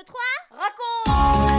2, 3, raconte.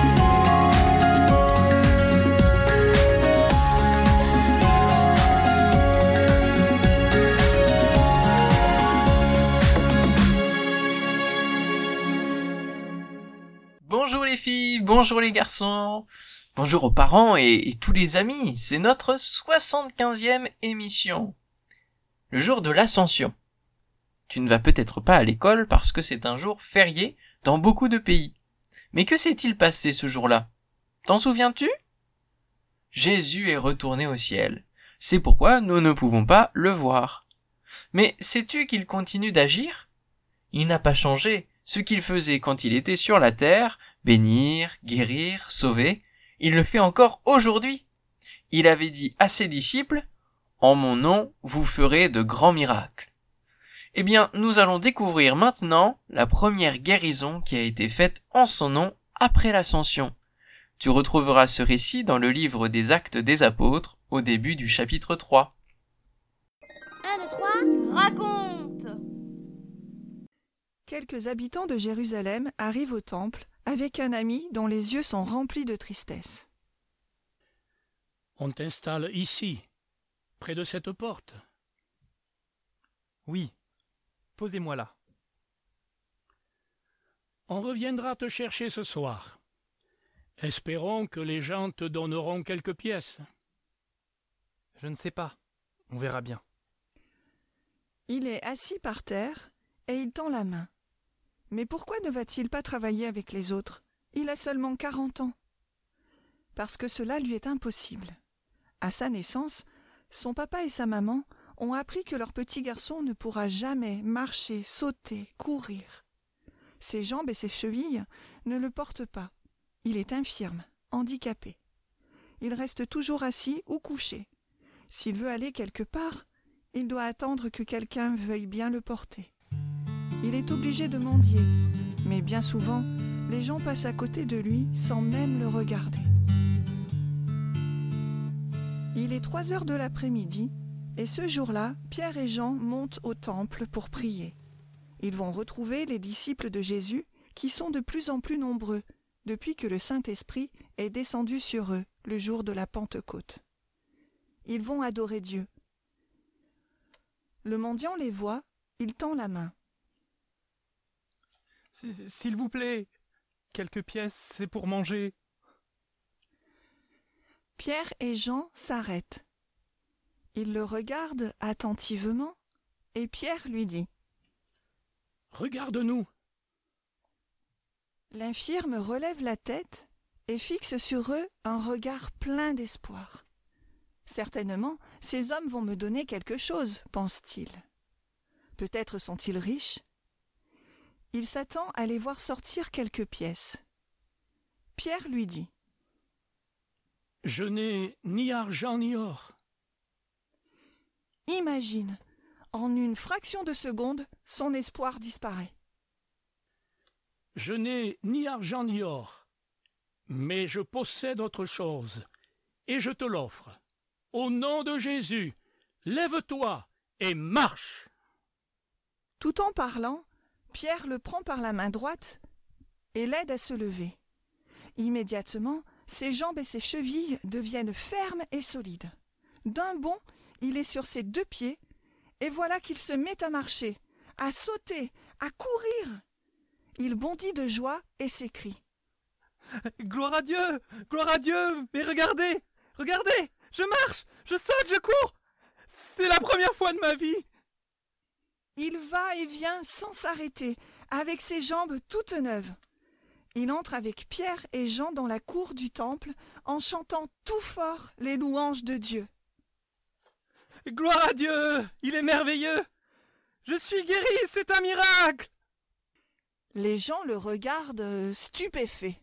Bonjour les filles, bonjour les garçons, bonjour aux parents et tous les amis, c'est notre 75e émission. Le jour de l'Ascension. Tu ne vas peut-être pas à l'école parce que c'est un jour férié dans beaucoup de pays. Mais que s'est-il passé ce jour-là? T'en souviens-tu? Jésus est retourné au ciel. C'est pourquoi nous ne pouvons pas le voir. Mais sais-tu qu'il continue d'agir? Il n'a pas changé ce qu'il faisait quand il était sur la terre, bénir, guérir, sauver. Il le fait encore aujourd'hui. Il avait dit à ses disciples, « En mon nom, vous ferez de grands miracles. » Eh bien, nous allons découvrir maintenant la première guérison qui a été faite en son nom après l'Ascension. Tu retrouveras ce récit dans le livre des Actes des Apôtres, au début du chapitre 3. 1, 2, 3, raconte. Quelques habitants de Jérusalem arrivent au temple avec un ami dont les yeux sont remplis de tristesse. On t'installe ici, près de cette porte. Oui, posez-moi là. On reviendra te chercher ce soir. Espérons que les gens te donneront quelques pièces. Je ne sais pas, on verra bien. Il est assis par terre et il tend la main. Mais pourquoi ne va-t-il pas travailler avec les autres? Il a seulement 40 ans. Parce que cela lui est impossible. À sa naissance, son papa et sa maman ont appris que leur petit garçon ne pourra jamais marcher, sauter, courir. Ses jambes et ses chevilles ne le portent pas. Il est infirme, handicapé. Il reste toujours assis ou couché. S'il veut aller quelque part, il doit attendre que quelqu'un veuille bien le porter. Il est obligé de mendier, mais bien souvent, les gens passent à côté de lui sans même le regarder. Il est 3 heures de l'après-midi, et ce jour-là, Pierre et Jean montent au temple pour prier. Ils vont retrouver les disciples de Jésus, qui sont de plus en plus nombreux, depuis que le Saint-Esprit est descendu sur eux le jour de la Pentecôte. Ils vont adorer Dieu. Le mendiant les voit, il tend la main. S'il vous plaît, quelques pièces, c'est pour manger. Pierre et Jean s'arrêtent. Ils le regardent attentivement et Pierre lui dit « Regarde-nous !» L'infirme relève la tête et fixe sur eux un regard plein d'espoir. Certainement, ces hommes vont me donner quelque chose, pense-t-il. Peut-être sont-ils riches? Il s'attend à les voir sortir quelques pièces. Pierre lui dit « Je n'ai ni argent ni or. » Imagine, en une fraction de seconde, son espoir disparaît. « Je n'ai ni argent ni or, mais je possède autre chose, et je te l'offre. Au nom de Jésus, lève-toi et marche !» Tout en parlant, Pierre le prend par la main droite et l'aide à se lever. Immédiatement, ses jambes et ses chevilles deviennent fermes et solides. D'un bond, il est sur ses 2 pieds, et voilà qu'il se met à marcher, à sauter, à courir. Il bondit de joie et s'écrie « Gloire à Dieu! Gloire à Dieu! Mais regardez! Regardez! Je marche! Je saute! Je cours! C'est la première fois de ma vie! » Il va et vient sans s'arrêter, avec ses jambes toutes neuves. Il entre avec Pierre et Jean dans la cour du temple en chantant tout fort les louanges de Dieu. « Gloire à Dieu! Il est merveilleux! Je suis guéri! C'est un miracle! » Les gens le regardent stupéfaits.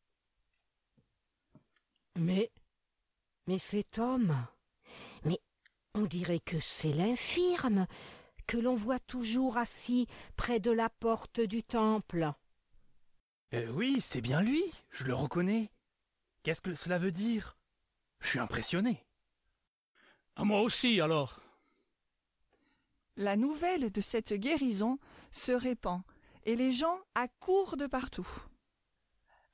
Mais cet homme, mais on dirait que c'est l'infirme que l'on voit toujours assis près de la porte du temple. Oui, c'est bien lui, je le reconnais. Qu'est-ce que cela veut dire? Je suis impressionné. À moi aussi, alors. La nouvelle de cette guérison se répand et les gens accourent de partout.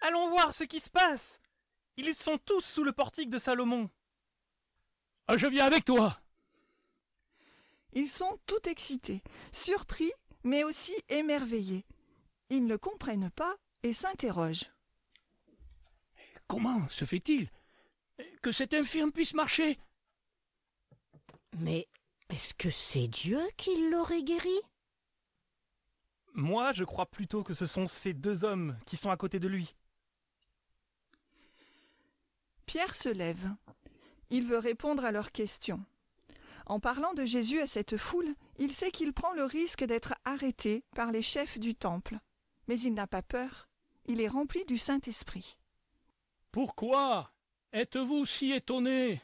Allons voir ce qui se passe. Ils sont tous sous le portique de Salomon. Ah, je viens avec toi. Ils sont tout excités, surpris, mais aussi émerveillés. Ils ne comprennent pas et s'interrogent. Comment se fait-il que cet infirme puisse marcher? Mais est-ce que c'est Dieu qui l'aurait guéri? Moi, je crois plutôt que ce sont ces deux hommes qui sont à côté de lui. Pierre se lève. Il veut répondre à leurs questions. En parlant de Jésus à cette foule, il sait qu'il prend le risque d'être arrêté par les chefs du temple. Mais il n'a pas peur. Il est rempli du Saint-Esprit. Pourquoi êtes-vous si étonnés?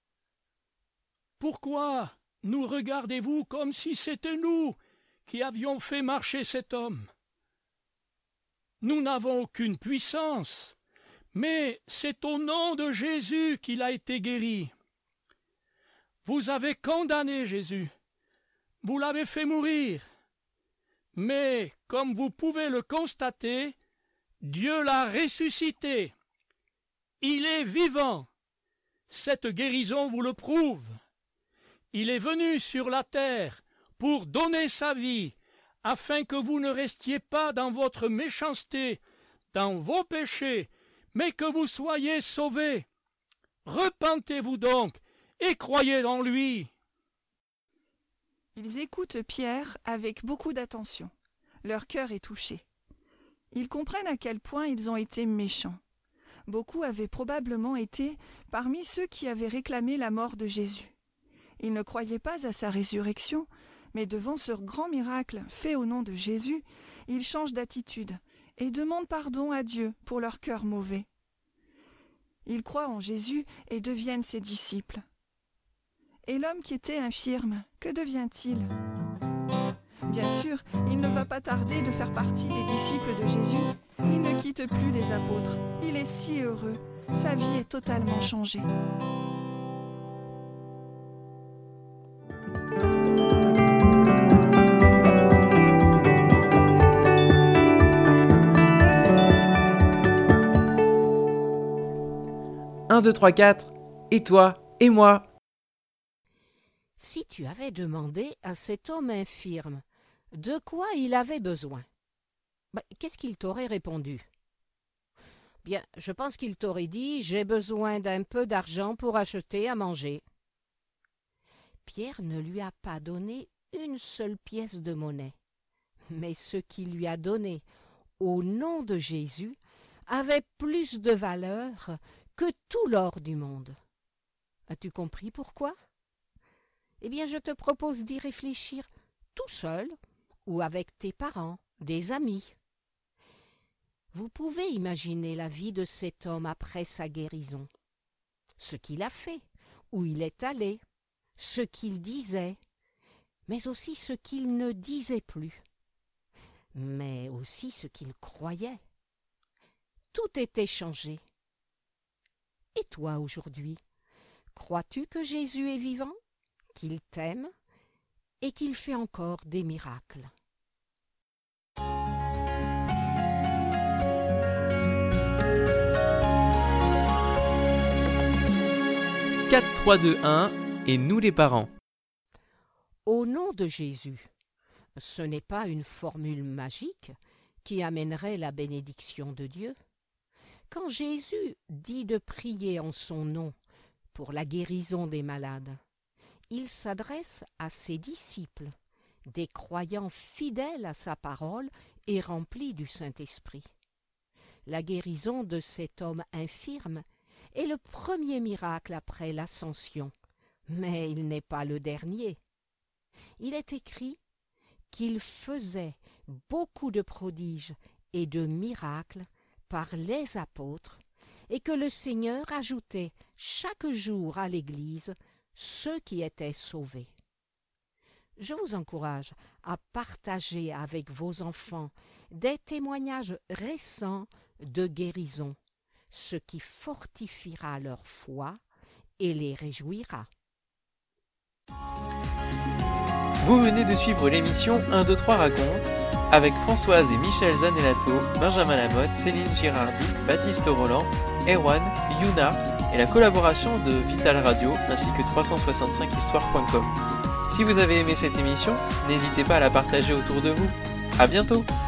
Pourquoi nous regardez-vous comme si c'était nous qui avions fait marcher cet homme? Nous n'avons aucune puissance, mais c'est au nom de Jésus qu'il a été guéri. Vous avez condamné Jésus, vous l'avez fait mourir, mais comme vous pouvez le constater, Dieu l'a ressuscité. Il est vivant. Cette guérison vous le prouve. Il est venu sur la terre pour donner sa vie, afin que vous ne restiez pas dans votre méchanceté, dans vos péchés, mais que vous soyez sauvés. Repentez-vous donc et croyez en lui. Ils écoutent Pierre avec beaucoup d'attention. Leur cœur est touché. Ils comprennent à quel point ils ont été méchants. Beaucoup avaient probablement été parmi ceux qui avaient réclamé la mort de Jésus. Ils ne croyaient pas à sa résurrection, mais devant ce grand miracle fait au nom de Jésus, ils changent d'attitude et demandent pardon à Dieu pour leur cœur mauvais. Ils croient en Jésus et deviennent ses disciples. Et l'homme qui était infirme, que devient-il? Bien sûr, il ne va pas tarder de faire partie des disciples de Jésus. Il ne quitte plus les apôtres. Il est si heureux. Sa vie est totalement changée. Un, deux, trois, quatre. Et toi, et moi. Si tu avais demandé à cet homme infirme de quoi il avait besoin, qu'est-ce qu'il t'aurait répondu? Bien, je pense qu'il t'aurait dit « J'ai besoin d'un peu d'argent pour acheter à manger ». Pierre ne lui a pas donné une seule pièce de monnaie, mais ce qu'il lui a donné au nom de Jésus avait plus de valeur que tout l'or du monde. As-tu compris pourquoi? Eh bien, je te propose d'y réfléchir tout seul ou avec tes parents, des amis. Vous pouvez imaginer la vie de cet homme après sa guérison, ce qu'il a fait, où il est allé, ce qu'il disait, mais aussi ce qu'il ne disait plus, mais aussi ce qu'il croyait. Tout était changé. Et toi aujourd'hui, crois-tu que Jésus est vivant, qu'il t'aime et qu'il fait encore des miracles? « 4, 3, 2, 1 et nous les parents. » Au nom de Jésus, ce n'est pas une formule magique qui amènerait la bénédiction de Dieu. Quand Jésus dit de prier en son nom pour la guérison des malades, il s'adresse à ses disciples, des croyants fidèles à sa parole et remplis du Saint-Esprit. La guérison de cet homme infirme est le premier miracle après l'Ascension, mais il n'est pas le dernier. Il est écrit qu'il faisait beaucoup de prodiges et de miracles par les apôtres et que le Seigneur ajoutait chaque jour à l'Église ceux qui étaient sauvés. Je vous encourage à partager avec vos enfants des témoignages récents de guérison, ce qui fortifiera leur foi et les réjouira. Vous venez de suivre l'émission 1, 2, 3 raconte, avec Françoise et Michel Zanellato, Benjamin Lamotte, Céline Girardi, Baptiste Roland, Erwan, Yuna et la collaboration de Vital Radio ainsi que 365histoire.com. Si vous avez aimé cette émission, n'hésitez pas à la partager autour de vous. À bientôt!